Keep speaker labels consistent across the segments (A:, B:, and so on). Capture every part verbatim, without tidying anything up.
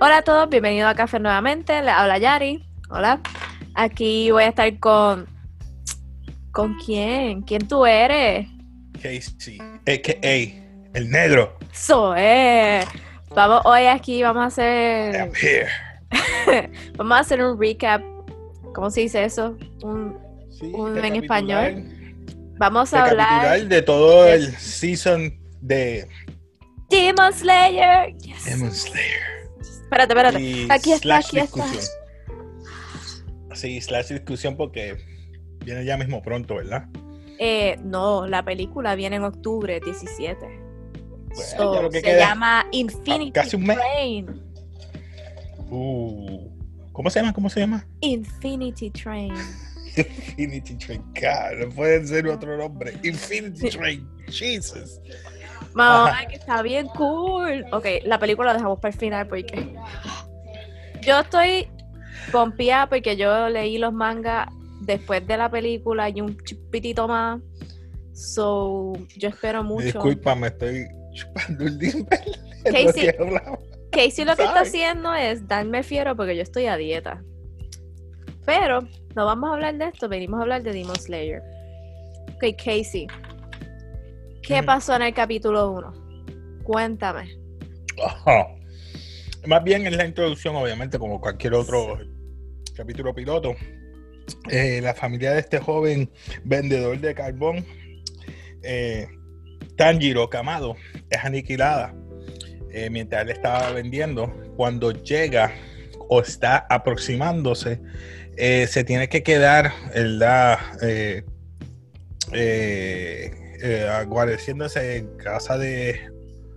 A: Hola a todos, bienvenidos a Café nuevamente. Le habla Yari. Hola. Aquí voy a estar con... ¿Con quién? ¿Quién tú eres?
B: Casey, a k a el negro.
A: Eso es. Vamos hoy aquí, vamos a hacer...
B: I'm here.
A: Vamos a hacer un recap. ¿Cómo se dice eso? Un,
B: Sí,
A: un en
B: recapitular-
A: español. Vamos a
B: recapitular
A: hablar...
B: de todo
A: de-
B: el season de
A: Demon Slayer. Yes.
B: Demon Slayer.
A: Espérate, espérate.
B: Y
A: Aquí está,
B: slash
A: aquí está.
B: discusión. Sí, slash discusión porque viene ya mismo pronto, ¿verdad?
A: Eh, no, la película viene en octubre diecisiete.
B: Bueno,
A: So,
B: ya lo que
A: se
B: queda.
A: llama Infinity
B: Ah, casi un mes.
A: Train.
B: Uh, ¿Cómo se llama? ¿Cómo se llama?
A: Infinity Train.
B: Infinity Train. God, no puede ser otro nombre. Infinity Train. Jesus.
A: Mamá,
B: Ajá.
A: que está bien cool. Ok, la película la dejamos para el final porque yo estoy pompeada porque yo leí los mangas después de la película y un chipitito más. So, yo espero mucho.
B: Disculpa, me estoy chupando el dimple.
A: Casey,
B: Lo que hablaba.
A: Casey lo que está
B: Sorry.
A: haciendo es darme fiero porque yo estoy a dieta. Pero no vamos a hablar de esto, venimos a hablar de Demon Slayer. Ok, Casey, ¿qué
B: Ujú.
A: pasó en el capítulo uno? Cuéntame.
B: Ajá. Más bien en la introducción, obviamente, como cualquier otro capítulo piloto, eh, la familia de este joven vendedor de carbón, eh, Tanjiro Kamado, es aniquilada eh, mientras él estaba vendiendo. Cuando llega o está aproximándose, eh, se tiene que quedar en la eh, eh, eh, aguareciéndose en casa de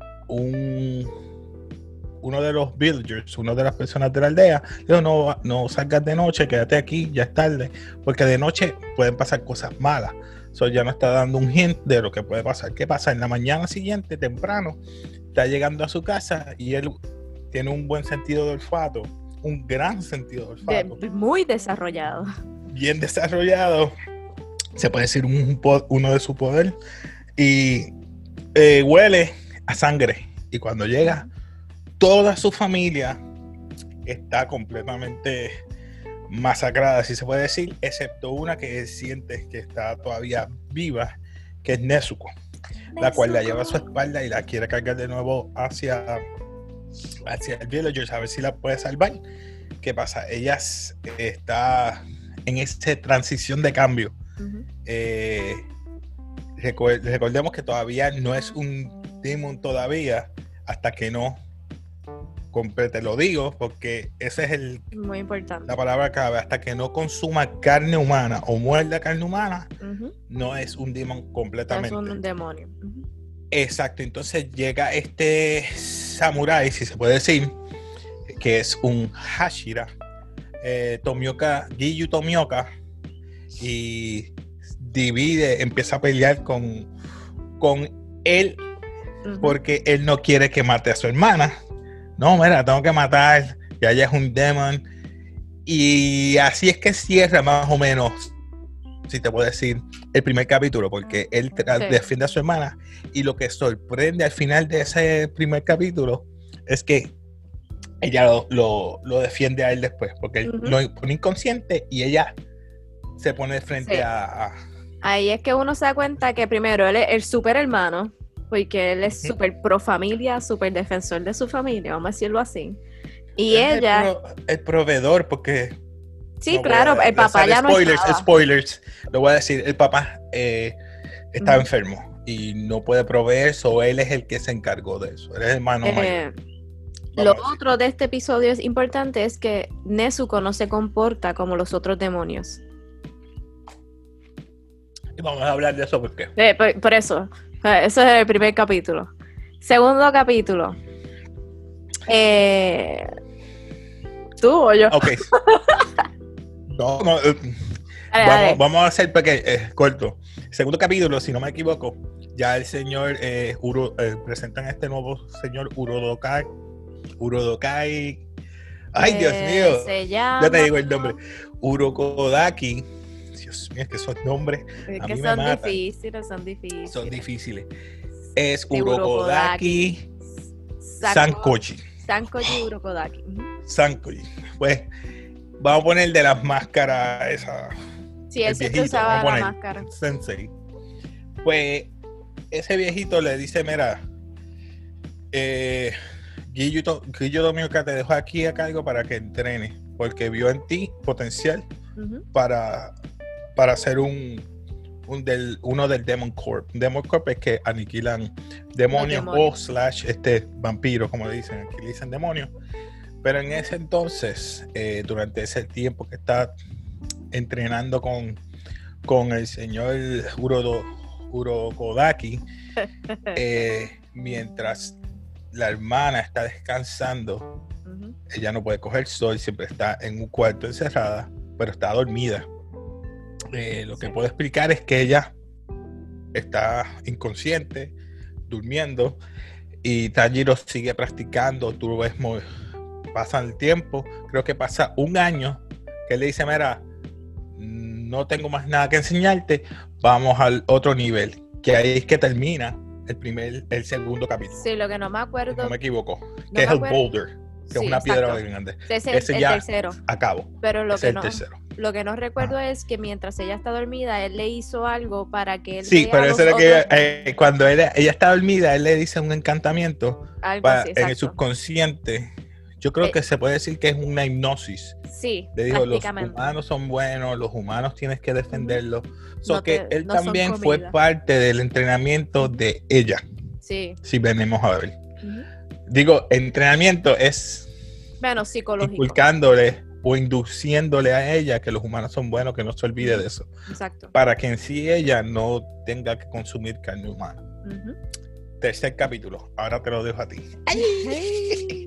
B: un uno de los villagers, una de las personas de la aldea. Dijo, no, no salgas de noche, quédate aquí, ya es tarde, porque de noche pueden pasar cosas malas. Eso ya nos está dando un hint de lo que puede pasar. ¿Qué pasa? En la mañana siguiente, temprano, está llegando a su casa y él tiene un buen sentido de olfato, un gran sentido de olfato,
A: De- muy desarrollado.
B: bien desarrollado, se puede decir un, po- uno de su poder, y eh, huele a sangre. Y cuando llega, toda su familia está completamente masacrada, si se puede decir, excepto una que siente que está todavía viva, que es Nezuko, la cual la lleva a su espalda y la quiere cargar de nuevo hacia, hacia el Villagers a ver si la puede salvar. ¿Qué pasa? Ella s- está en esta transición de cambio.
A: Ujú.
B: Eh, recu- recordemos que todavía no es un demon todavía hasta que no complete, lo digo porque esa es el,
A: Muy importante.
B: la palabra clave, hasta que no consuma carne humana o muerda carne humana,
A: Ujú.
B: no es un demon
A: Es
B: completamente.
A: un demonio. Ujú.
B: Exacto, entonces llega este samurái, si se puede decir, que es un Hashira, eh, Tomioka, Giyu Tomioka, y divide, empieza a pelear con, con él
A: Ujú.
B: porque él no quiere que mate a su hermana. No, mira, tengo que matar, ya ella es un demon. Y así es que cierra más o menos, si te puedo decir, el primer capítulo, porque él tra-
A: Sí.
B: defiende a su hermana. Y lo que sorprende al final de ese primer capítulo es que ella lo, lo, lo defiende a él después, porque él
A: Ujú.
B: lo pone inconsciente y ella se pone frente
A: Sí.
B: a, a-
A: Ahí es que uno se da cuenta que primero él es el super hermano, porque él es
B: Ujú.
A: súper pro familia, súper defensor de su familia, vamos a decirlo así. Y
B: es
A: ella,
B: el, pro- el proveedor, porque
A: sí,
B: no voy
A: claro,
B: a
A: el papá
B: lanzar
A: ya no
B: spoilers,
A: estaba.
B: spoilers, lo voy a decir, el papá eh, está
A: Ujú.
B: enfermo y no puede proveer, so él es el que se encargó de eso, él es el hermano mayor.
A: Eh,
B: Vamos
A: lo
B: a decir.
A: otro de este episodio es importante es que Nezuko no se comporta como los otros demonios.
B: Y vamos a hablar de eso porque
A: Eh, por, por eso, eh, ese es el primer capítulo. Segundo capítulo. Eh, ¿Tú o yo?
B: ok. no, no, eh,
A: Dale,
B: vamos,
A: dale.
B: vamos a hacer pequeño, eh, corto. Segundo capítulo, si no me equivoco, ya el señor eh, Uro, eh, presentan a este nuevo señor Urodokai. Urodokai. Ay, Dios
A: Eh,
B: mío.
A: Se llama...
B: Ya te digo el nombre. Urokodaki. Dios mío, es que esos nombres
A: Es
B: a
A: que
B: mí me
A: son
B: matan.
A: difíciles, son difíciles.
B: Son difíciles. Es
A: Sí,
B: Urokodaki
A: Saco-
B: Sankochi.
A: Sankoji Urokodaki. Uh-huh.
B: Sankoji. Pues vamos a poner de las máscaras esa.
A: Sí, él siempre usaba la máscara.
B: Sensei. Pues ese viejito le dice, mira, eh, Guillo, Guillo Domingo te dejo aquí a cargo para que entrenes, porque vio en ti potencial uh-huh. para, para ser un, un del, uno del Demon Corp. Demon Corp es que aniquilan demonios, demonios. o slash este, vampiros, como le dicen, aquí le dicen demonios. Pero en ese entonces, eh, durante ese tiempo que está entrenando con, con el señor Uro, Urokodaki, eh, mientras la hermana está descansando, uh-huh. ella no puede coger sol, siempre está en un cuarto encerrada, pero está dormida. Eh, lo que sí. puedo explicar es que ella está inconsciente, durmiendo, y Tanjiro sigue practicando. Tú ves, muy, pasa el tiempo, creo que pasa un año, que él le dice, mira, no tengo más nada que enseñarte, vamos al otro nivel, que ahí es que termina el primer, el segundo capítulo.
A: Sí, lo que no me acuerdo.
B: No me equivoco.
A: No
B: que es
A: acuerdo.
B: el boulder, que sí, es una piedra muy grande.
A: Ese es el,
B: ya
A: el tercero.
B: Acabo.
A: Pero lo
B: es
A: que
B: el
A: no,
B: tercero.
A: Lo que no recuerdo ah. es que mientras ella está dormida, él le hizo algo para que él
B: Sí,
A: vea
B: pero
A: los
B: eso era
A: otros...
B: que eh, cuando ella, ella está dormida, él le dice un encantamiento
A: algo
B: para,
A: así,
B: en el subconsciente. Yo creo eh, que se puede decir que es una hipnosis.
A: Sí,
B: le dijo, los humanos son buenos, los humanos tienes que defenderlos. Uh-huh. So no que te, él no también fue parte del entrenamiento de ella.
A: Sí.
B: Si venimos a ver. Uh-huh. Digo, entrenamiento es
A: bueno, psicológico.
B: Inculcándole o induciéndole a ella que los humanos son buenos, que no se olvide uh-huh. de eso.
A: Exacto.
B: Para que en sí ella no tenga que consumir carne humana.
A: Uh-huh.
B: Tercer capítulo. Ahora te lo dejo a ti.
A: Hey.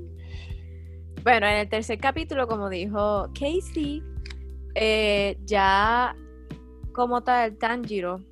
A: Bueno, en el tercer capítulo, como dijo Casey, eh, ya como tal Tanjiro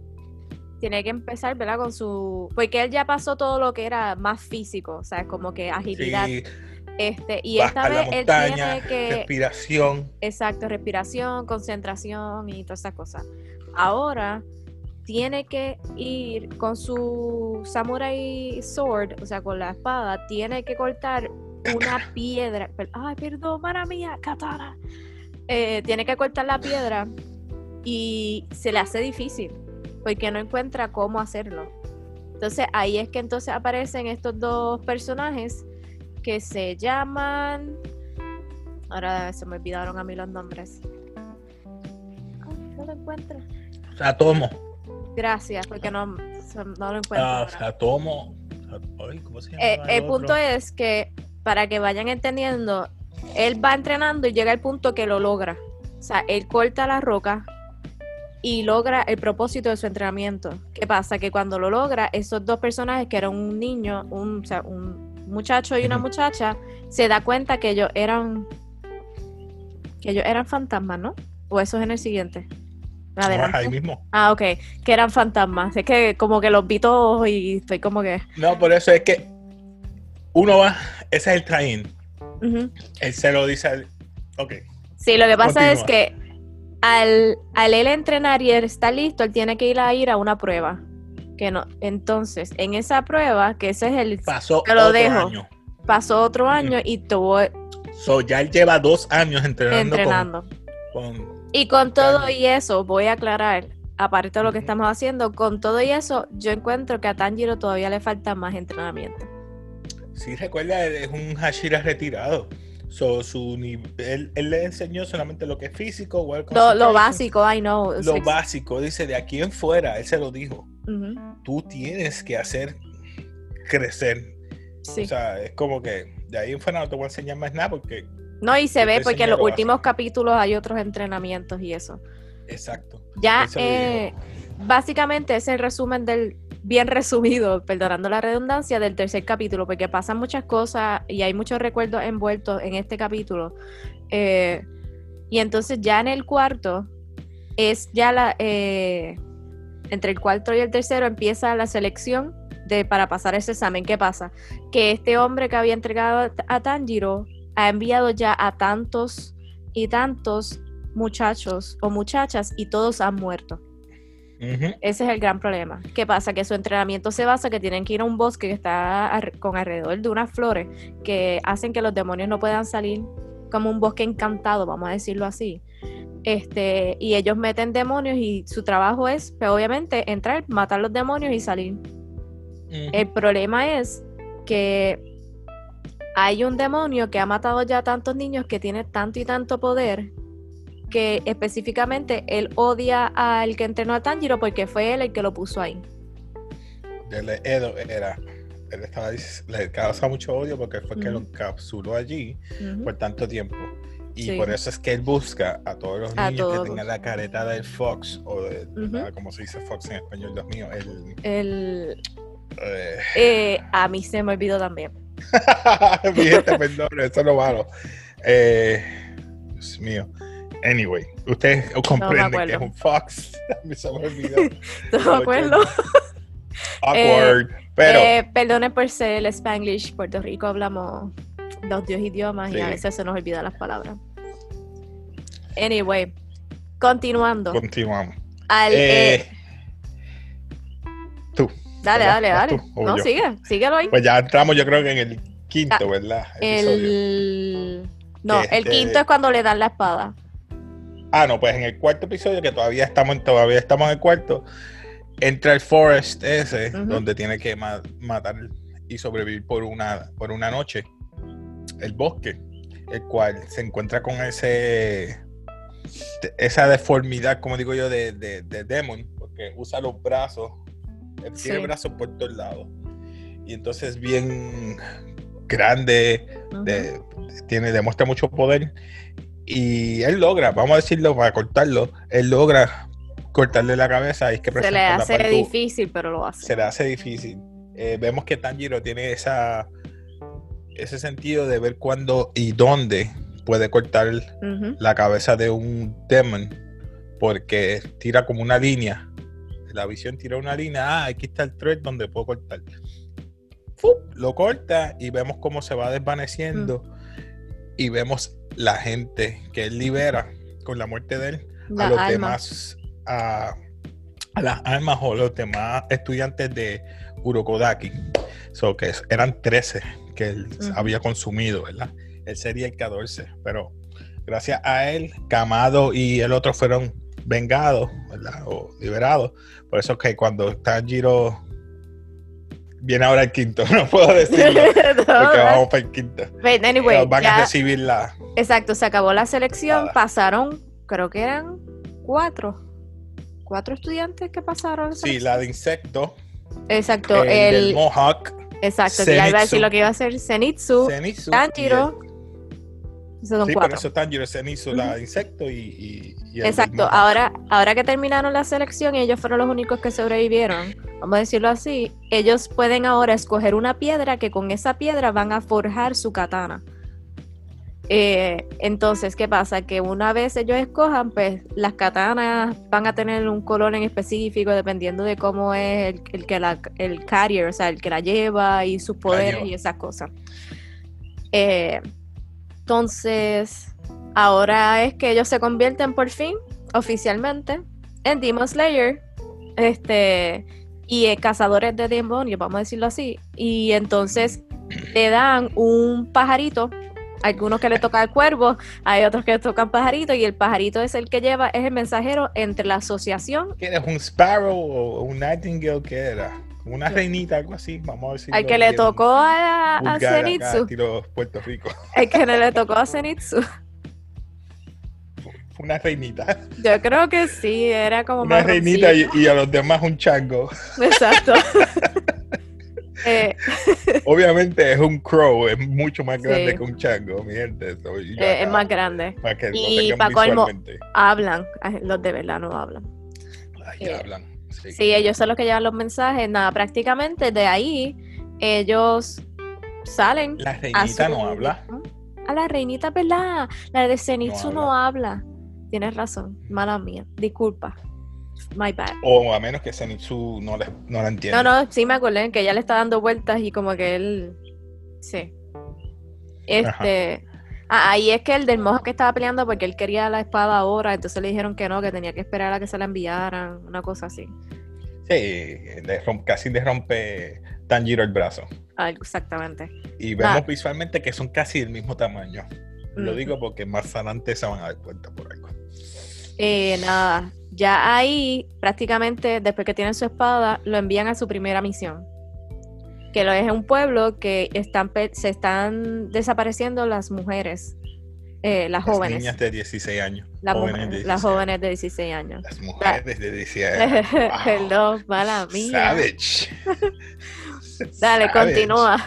A: tiene que empezar, ¿verdad? Con su... Porque él ya pasó todo lo que era más físico, o sea, como que agilidad. Sí. Este, y esta vez montaña, él tiene que...
B: respiración.
A: Exacto, respiración, concentración y todas esas cosas. Ahora tiene que ir con su samurai sword, o sea, con la espada, tiene que cortar una piedra. Ay, perdón, mala mía, katana. Eh, tiene que cortar la piedra y se le hace difícil porque no encuentra cómo hacerlo. Entonces ahí es que entonces aparecen estos dos personajes que se llaman, ahora se me olvidaron a mí los nombres. Ay, no lo encuentro.
B: Satomo.
A: Gracias, porque no, no lo encuentro.
B: Ah, Satomo. Ay, ¿cómo se llama?
A: Eh, el, el punto es que para que vayan entendiendo, él va entrenando y llega al punto que lo logra. O sea, él corta la roca y logra el propósito de su entrenamiento. ¿Qué pasa? Que cuando lo logra, esos dos personajes, que eran un niño, un, o sea, un muchacho y una muchacha, se da cuenta que ellos eran que ellos eran fantasmas, ¿no? ¿O eso es en el siguiente?
B: Adelante. Ahí mismo.
A: Ah, ok. Que eran fantasmas. Es que como que los vi todos y estoy como que...
B: No, por eso es que uno va, ese es el train.
A: Uh-huh.
B: Él se lo dice al... Ok.
A: Sí, lo que pasa
B: Continúa.
A: es que al, al él entrenar y él está listo, él tiene que ir a ir a una prueba. Que no, entonces, en esa prueba, que ese es el...
B: Pasó
A: te lo
B: otro
A: dejo,
B: año.
A: Pasó otro año y tuvo...
B: So, ya él lleva dos años entrenando.
A: Entrenando.
B: Con, con
A: y con todo y eso, voy a aclarar, aparte de lo que estamos haciendo, con todo y eso, yo encuentro que a Tanjiro todavía le falta más entrenamiento.
B: Sí, recuerda, él es un Hashira retirado. So, su nivel, él le enseñó solamente lo que es físico,
A: lo, lo básico, I know.
B: Lo o sea, básico, dice, de aquí en fuera, él se lo dijo.
A: Uh-huh.
B: Tú tienes que hacer crecer.
A: Sí.
B: O sea, es como que de ahí en fuera no te voy a enseñar más nada porque...
A: No, y se ve porque en los últimos
B: básico.
A: capítulos hay otros entrenamientos y eso.
B: Exacto.
A: Ya, eh, básicamente es el resumen del, bien resumido, perdonando la redundancia, del tercer capítulo, porque pasan muchas cosas y hay muchos recuerdos envueltos en este capítulo. Eh, y entonces ya en el cuarto, es ya la... Eh, entre el cuarto y el tercero empieza la selección de, para pasar ese examen. ¿Qué pasa? Que este hombre que había entregado a Tanjiro ha enviado ya a tantos y tantos muchachos o muchachas y todos han muerto.
B: Ujú.
A: Ese es el gran problema. ¿Qué pasa? Que su entrenamiento se basa que tienen que ir a un bosque que está ar- con alrededor de unas flores que hacen que los demonios no puedan salir, como un bosque encantado, vamos a decirlo así. Este, y ellos meten demonios y su trabajo es, pues, obviamente, entrar, matar los demonios y salir.
B: Ujú.
A: El problema es que hay un demonio que ha matado ya a tantos niños, que tiene tanto y tanto poder, que específicamente él odia al que entrenó a Tanjiro porque fue él el que lo puso ahí.
B: Él, Edo era, él estaba, le causa mucho odio porque fue que lo
A: Ujú.
B: encapsuló allí
A: Ujú.
B: por tanto tiempo. Y
A: Sí.
B: por eso es que él busca a todos los
A: A
B: niños
A: todos.
B: que tengan la careta del Fox, o de,
A: Ujú.
B: ¿verdad? ¿Cómo se dice Fox en español? Dios mío, el...
A: El,
B: eh,
A: eh, a mí se me olvidó también.
B: Mi gente, perdón, eso es lo malo. Eh, Dios mío. Anyway, ustedes comprenden que es un Fox. A mí se me olvidó.
A: No me acuerdo.
B: Awkward. Pero.
A: Eh, perdonen por ser el Spanglish. Puerto Rico hablamos los dos idiomas
B: Sí.
A: y a veces se nos olvidan las palabras. Anyway, continuando.
B: Continuamos.
A: Al,
B: Eh,
A: eh,
B: tú.
A: dale,
B: ¿verdad?
A: dale,
B: ¿Vas
A: dale.
B: tú o
A: No,
B: yo?
A: sigue, síguelo ahí.
B: Pues ya entramos, yo creo que en el quinto,
A: Ah,
B: ¿verdad? Episodio.
A: El... No,
B: Que
A: el
B: este-
A: quinto es cuando le dan la espada.
B: Ah, no, pues en el cuarto episodio, que todavía estamos, todavía estamos en el cuarto, entra el Forest ese,
A: Ujú.
B: donde tiene que ma- matar y sobrevivir por una, por una noche. El bosque, el cual se encuentra con ese de- esa deformidad, como digo yo, de, de, de Demon, porque usa los brazos, él
A: Sí.
B: tiene brazos por todos lados. Y entonces es bien grande,
A: Ujú.
B: de- tiene, demuestra mucho poder. Y él logra, vamos a decirlo para cortarlo, él logra cortarle la cabeza. Y es que
A: Se le
B: presenta la
A: hace
B: parte-
A: difícil, pero lo hace.
B: se le hace difícil. Eh, vemos que Tanjiro tiene esa ese sentido de ver cuándo y dónde puede cortar
A: Ujú.
B: la cabeza de un demon, porque tira como una línea. La visión tira una línea. Ah, aquí está el thread donde puedo cortar. ¡Fup! Lo corta y vemos cómo se va desvaneciendo. Y vemos la gente que él libera con la muerte de él,
A: La
B: a los
A: alma.
B: demás, a, a las almas o los demás estudiantes de Urokodaki. So, que eran trece que él
A: Ujú.
B: había consumido, ¿verdad? Él sería el catorce, pero gracias a él, Kamado y el otro fueron vengados, ¿verdad? O liberados. Por eso que cuando Tanjiro viene ahora el quinto, no puedo decirlo,
A: No,
B: porque vamos para el quinto.
A: But anyway,
B: Ellos van
A: ya-
B: a recibir la...
A: exacto, se acabó la selección,
B: Nada.
A: pasaron, creo que eran cuatro, cuatro estudiantes que pasaron.
B: Sí, la de insecto,
A: Exacto,
B: el,
A: el,
B: del Mohawk,
A: exacto, que ya iba a decir
B: Zenitsu.
A: lo que iba a hacer Zenitsu,
B: Zenitsu,
A: Tanjiro, esos
B: y
A: son
B: el- sí, por
A: cuatro.
B: eso Tanjiro, Zenitsu, la
A: Ujú.
B: de insecto y, y, y el del
A: Exacto,
B: Mohawk.
A: ahora, ahora que terminaron la selección y ellos fueron los únicos que sobrevivieron, vamos a decirlo así, ellos pueden ahora escoger una piedra que con esa piedra van a forjar su katana. Eh, entonces, ¿qué pasa? Que una vez ellos escojan, pues las katanas van a tener un color en específico dependiendo de cómo es el, el que la, el carrier, o sea, el que la lleva y sus poderes
B: lleva.
A: y esas cosas. Eh, entonces, ahora es que ellos se convierten por fin, oficialmente, en Demon Slayer, este, y eh, cazadores de demonios, vamos a decirlo así. Y entonces le dan un pajarito. Algunos que le toca el cuervo, hay otros que le tocan pajarito, y el pajarito es el que lleva, es el mensajero entre la asociación,
B: ¿Qué eres? ¿Un Sparrow o un Nightingale? ¿Qué era? Una reinita, algo así, vamos a decirlo.
A: al que le
B: bien
A: tocó a, a
B: vulgar acá,
A: Zenitsu,
B: estilo Puerto Rico.
A: el que no le tocó a Zenitsu.
B: Una reinita.
A: Yo creo que sí, era como
B: Una
A: más
B: reinita y, y a los demás un chango.
A: exacto. eh,
B: Obviamente es un crow, es mucho más grande
A: Sí.
B: que un chango, mi gente. So, y yo
A: eh, es
B: acá,
A: más grande.
B: para que lo
A: y
B: tengan
A: pa' colmo,
B: visualmente.
A: Hablan, ay, los de verdad no hablan.
B: Ay,
A: eh,
B: hablan. Sí.
A: Sí, ellos son los que llevan los mensajes. Nada, prácticamente de ahí ellos salen.
B: La
A: a
B: reinita
A: su-
B: no habla.
A: A la reinita, ¿verdad? La de Zenitsu
B: No
A: no habla. Tienes razón, mala mía. Disculpa. My bad.
B: O a menos que Zenitsu no, le, no la entienda.
A: No, no, sí me acordé que ella le está dando vueltas y como que él. Sí. Este. Ah, ahí es que el del mojo que estaba peleando porque él quería la espada ahora, entonces le dijeron que no, que tenía que esperar a que se la enviaran, una cosa así.
B: Sí, le romp- casi le rompe Tanjiro el brazo.
A: Ah, exactamente.
B: Y vemos
A: Ah,
B: visualmente que son casi del mismo tamaño. Lo
A: ujú.
B: digo porque más adelante se van a dar cuenta por algo.
A: Eh, nada, ya ahí prácticamente después que tienen su espada, lo envían a su primera misión. Que lo es en un pueblo que están pe- se están desapareciendo las mujeres, eh, las
B: Las
A: jóvenes,
B: niñas de dieciséis años.
A: las,
B: Jóvenes
A: mujeres,
B: de
A: las
B: dieciséis años.
A: jóvenes de dieciséis años.
B: Las
A: La-
B: mujeres de dieciséis años. Wow.
A: Perdón, mala mía.
B: Savage.
A: Dale,
B: Savage.
A: continúa.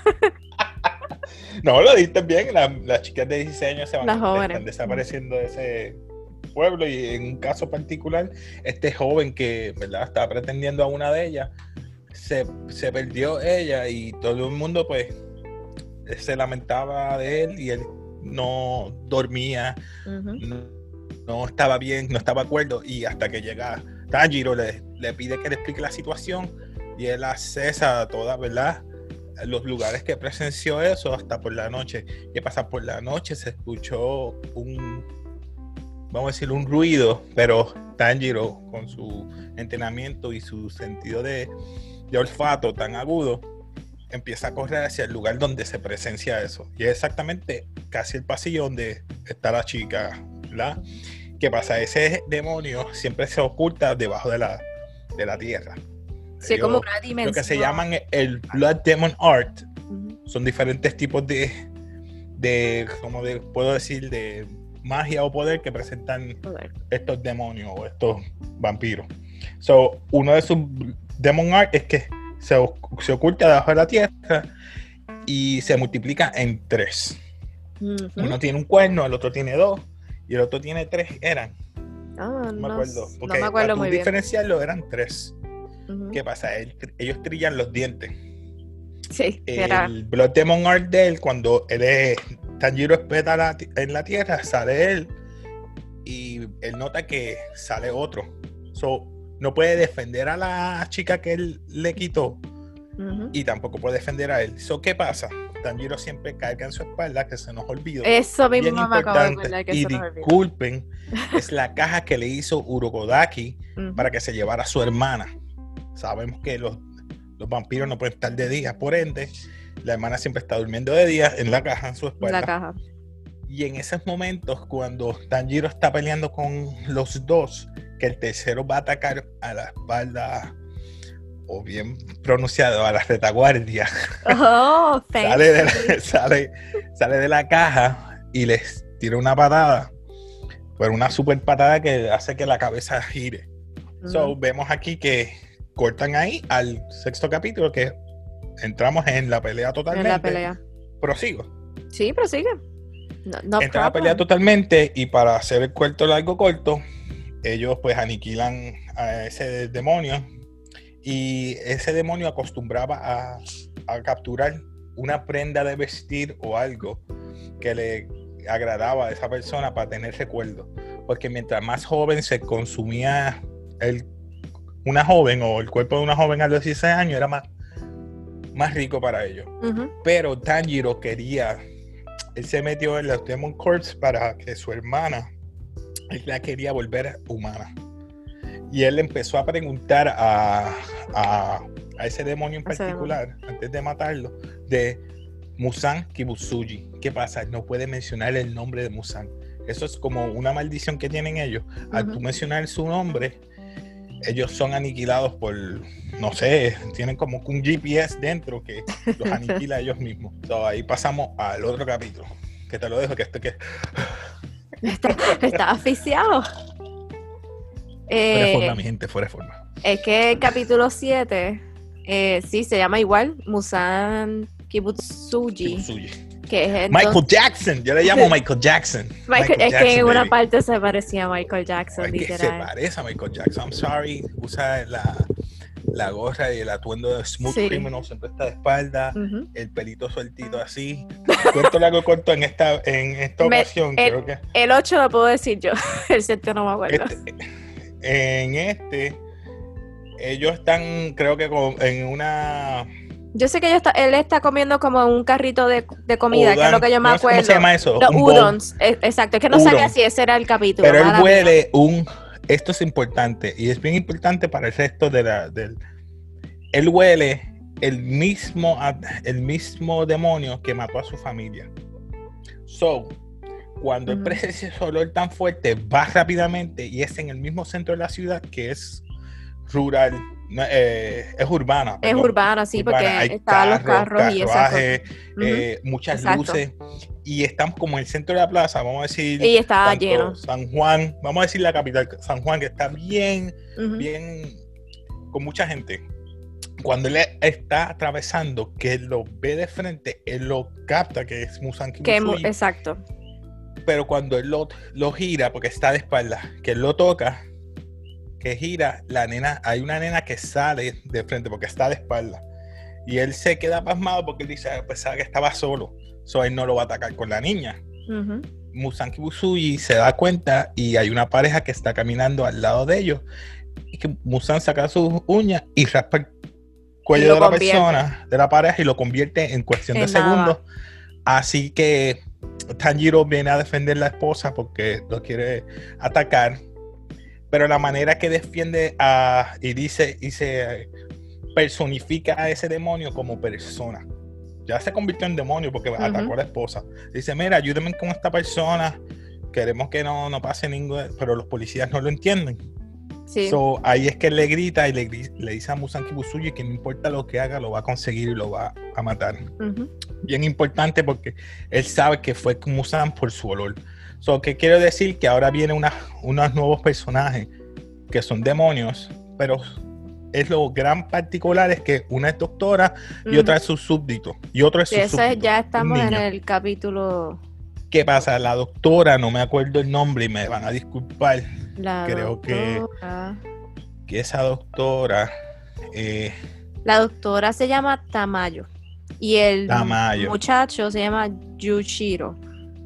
B: No, lo diste bien. La- las chicas de dieciséis años se van
A: Las jóvenes.
B: están desapareciendo de ese pueblo. Y en un caso particular, este joven que, ¿verdad?, estaba pretendiendo a una de ellas, se, se perdió ella y todo el mundo, pues, se lamentaba de él y él no dormía,
A: Ujú.
B: no, no estaba bien, no estaba de acuerdo. Y hasta que llega Tanjiro, le, le pide que le explique la situación y él accesa toda, ¿verdad?, los lugares que presenció eso hasta por la noche. ¿Qué pasa? Por la noche se escuchó un, vamos a decir, un ruido, pero Tanjiro, con su entrenamiento y su sentido de, de olfato tan agudo, empieza a correr hacia el lugar donde se presencia eso. Y es exactamente casi el pasillo donde está la chica, ¿verdad? ¿Qué pasa? Ese demonio siempre se oculta debajo de la, de la tierra.
A: Sí,
B: Ellos,
A: como una dimensión.
B: lo que se llaman el Blood Demon Art,
A: Ujú.
B: son diferentes tipos de, de, como de, puedo decir, de magia o poder que presentan
A: Joder.
B: estos demonios o estos vampiros. So, uno de sus Demon Art es que se, se oculta debajo de la tierra y se multiplica en tres.
A: Ujú.
B: Uno tiene un cuerno, el otro tiene dos y el otro tiene tres. Eran,
A: Ah,
B: no me
A: no,
B: acuerdo.
A: no
B: Porque
A: me acuerdo
B: para tú
A: muy bien.
B: diferenciarlo eran tres.
A: Ujú.
B: ¿Qué pasa? Él- ellos trillan los dientes.
A: Sí, era.
B: El Blood Demon Art de él, cuando él es, Tanjiro espeta la, en la tierra, sale él y él nota que sale otro. So, no puede defender a la chica que él le quitó
A: Ujú.
B: y tampoco puede defender a él. So, ¿qué pasa? Tanjiro siempre carga en su espalda, que se nos olvidó.
A: Eso mismo
B: Bien
A: me acabo de
B: importante.
A: acordar que
B: Y
A: eso nos olvidó.
B: disculpen, es la caja que le hizo Urokodaki
A: Ujú.
B: para que se llevara a su hermana. Sabemos que los, los vampiros no pueden estar de día, por ende, la hermana siempre está durmiendo de día en la caja, en su espalda.
A: La caja.
B: Y en esos momentos, cuando Tanjiro está peleando con los dos, que el tercero va a atacar a la espalda, o bien pronunciado, a la retaguardia,
A: Oh, thank
B: sale, de la,
A: you.
B: sale, sale de la caja y les tira una patada, pero una super patada que hace que la cabeza gire. So,
A: Ujú.
B: vemos aquí que cortan ahí al sexto capítulo, que entramos en la pelea
A: En
B: totalmente.
A: la pelea.
B: Prosigo.
A: Sí, prosigue. No, no
B: Entra la
A: problem.
B: pelea totalmente y para hacer el cuento largo corto, ellos pues aniquilan a ese demonio y ese demonio acostumbraba a, a capturar una prenda de vestir o algo que le agradaba a esa persona para tener recuerdo, porque mientras más joven se consumía el, una joven o el cuerpo de una joven a los dieciséis años, era más, más rico para ellos.
A: Ujú.
B: Pero Tanjiro quería, él se metió en los Demon Corps para que su hermana, él la quería volver humana. Y él empezó a preguntar a, a, a ese demonio en
A: Ese
B: particular, antes de matarlo, de Musan Kibutsuji. ¿Qué pasa? No puede mencionar el nombre de Musan. Eso es como una maldición que tienen ellos. Al
A: Ujú.
B: tú mencionar su nombre, ellos son aniquilados por, no sé, tienen como un G P S dentro que los aniquila a ellos mismos. So, ahí pasamos al otro capítulo, que te lo dejo, que este que...
A: Está, está asfixiado.
B: Fuera de
A: Eh,
B: forma, mi gente, fuera de forma.
A: es que el capítulo siete, eh, sí, se llama igual, Musan Kibutsuji,
B: Kibutsuji.
A: que es entonces,
B: Michael Jackson, yo le llamo Michael Jackson.
A: Michael- es que
B: Jackson,
A: en una
B: baby.
A: parte se parecía a Michael Jackson,
B: Es que se
A: literal.
B: parece a Michael Jackson. I'm sorry. Usa la, la gorra y el atuendo de Smooth
A: Sí.
B: Criminal, siempre está de espalda,
A: Ujú.
B: el pelito sueltito así. Cuento largo corto en esta, en esta
A: Me-
B: ocasión,
A: el-
B: creo que
A: El ocho lo puedo decir yo, el siete no me acuerdo.
B: este, en este ellos están, creo que con- en una
A: Yo sé que ellos está, él está comiendo como un carrito de, de comida,
B: Udon,
A: que es lo que yo me
B: no sé
A: acuerdo.
B: ¿Cómo se llama eso?
A: Los
B: Un bowl.
A: udons, eh, exacto. Es que no
B: Udon.
A: sabía si ese era el capítulo.
B: Pero él
A: mala
B: huele
A: mía.
B: un... Esto es importante, y es bien importante para el resto de la... Del, él huele el mismo, el mismo demonio que mató a su familia. So, cuando uh-huh. él presencia ese olor tan fuerte, va rápidamente y es en el mismo centro de la ciudad que es rural, eh, es urbana.
A: Es urbana, sí, urbana. Porque hay estaban los carros y
B: carruajes, uh-huh. eh, muchas Exacto. luces, y estamos como en el centro de la plaza, vamos a decir.
A: Y está lleno.
B: San Juan, vamos a decir la capital, San Juan, que está bien, uh-huh. bien, con mucha gente. Cuando él está atravesando, que él lo ve de frente, él lo capta, que es Muzan Kibusui.
A: Exacto.
B: Pero cuando él lo, lo gira, porque está de espalda, que él lo toca, que gira, la nena, hay una nena que sale de frente porque está de espalda. Y él se queda pasmado porque él dice, pensaba que estaba solo. So él no lo va a atacar con la niña. Uh-huh. Muzan Kibusui se da cuenta y hay una pareja que está caminando al lado de ellos. Y que Muzan saca sus uñas y raspa el cuello de la convierte. persona, de la pareja, y lo convierte en cuestión en de nada. segundos. Así que Tanjiro viene a defender a la esposa porque lo quiere atacar. Pero la manera que defiende a, y dice y se personifica a ese demonio como persona. Ya se convirtió en demonio porque uh-huh. atacó a la esposa. Dice, mira, ayúdame con esta persona. Queremos que no, no pase ningún... Pero los policías no lo entienden. Sí. So, ahí es que él le grita y le, le dice a Muzan Kibusui que no importa lo que haga, lo va a conseguir y lo va a matar. Uh-huh. Bien importante porque él sabe que fue Muzan por su olor. So, ¿qué quiero decir? Que ahora vienen una, unos nuevos personajes que son demonios, pero es lo gran particular es que una es doctora y uh-huh. otra es su súbdito. Y otro es su
A: sí,
B: súbdito.
A: Ya estamos en el capítulo...
B: ¿Qué pasa? La doctora, no me acuerdo el nombre y me van a disculpar.
A: La
B: Creo
A: doctora.
B: que, que esa doctora... Eh,
A: la doctora se llama Tamayo. Y el
B: Tamayo.
A: muchacho se llama Yushiro.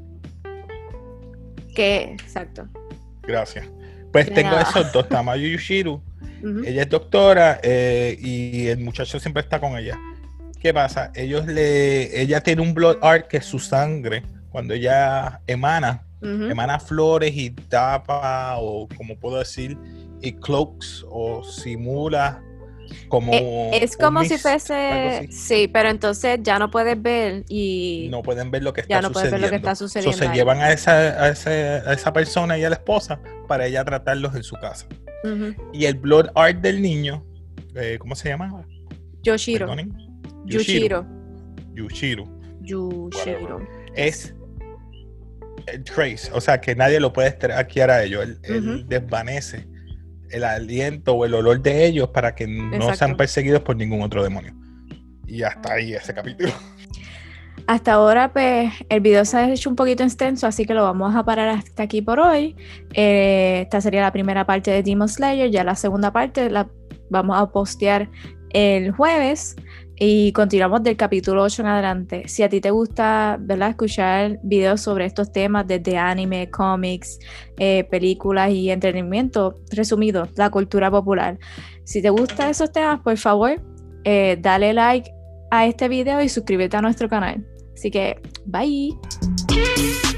A: Que, exacto.
B: Gracias. Pues de tengo nada. Esos dos, Tamayo y Yushiro. Uh-huh. Ella es doctora eh, y el muchacho siempre está con ella. ¿Qué pasa? Ellos le, ella tiene un blood art que es su sangre. Cuando ella emana, uh-huh. emana flores y tapa, o como puedo decir, y cloaks, o simula como...
A: Es, es como mist, si fuese... Sí, pero entonces ya no puedes ver y...
B: No pueden ver lo que está
A: ya no
B: sucediendo.
A: Puedes ver lo que está sucediendo.
B: So, se llevan a esa, a, esa, a esa persona y a la esposa para ella tratarlos en su casa. Uh-huh. Y el blood art del niño, eh, ¿cómo se llama?
A: Yoshiro.
B: Perdonen.
A: Yushiro.
B: Yushiro.
A: Yushiro.
B: Es el trace, o sea que nadie lo puede hackear a ellos. Él, uh-huh. él desvanece el aliento o el olor de ellos para que no Exacto. sean perseguidos por ningún otro demonio. Y hasta ahí ese capítulo.
A: Hasta ahora, pues, el video se ha hecho un poquito extenso, así que lo vamos a parar hasta aquí por hoy. Eh, esta sería la primera parte de Demon Slayer. Ya la segunda parte la vamos a postear el jueves. Y continuamos del capítulo ocho en adelante. Si a ti te gusta, ¿verdad?, escuchar videos sobre estos temas, desde anime, cómics, eh, películas y entretenimiento, resumido, la cultura popular. Si te gustan esos temas, por favor, eh, dale like a este video y suscríbete a nuestro canal. Así que, bye.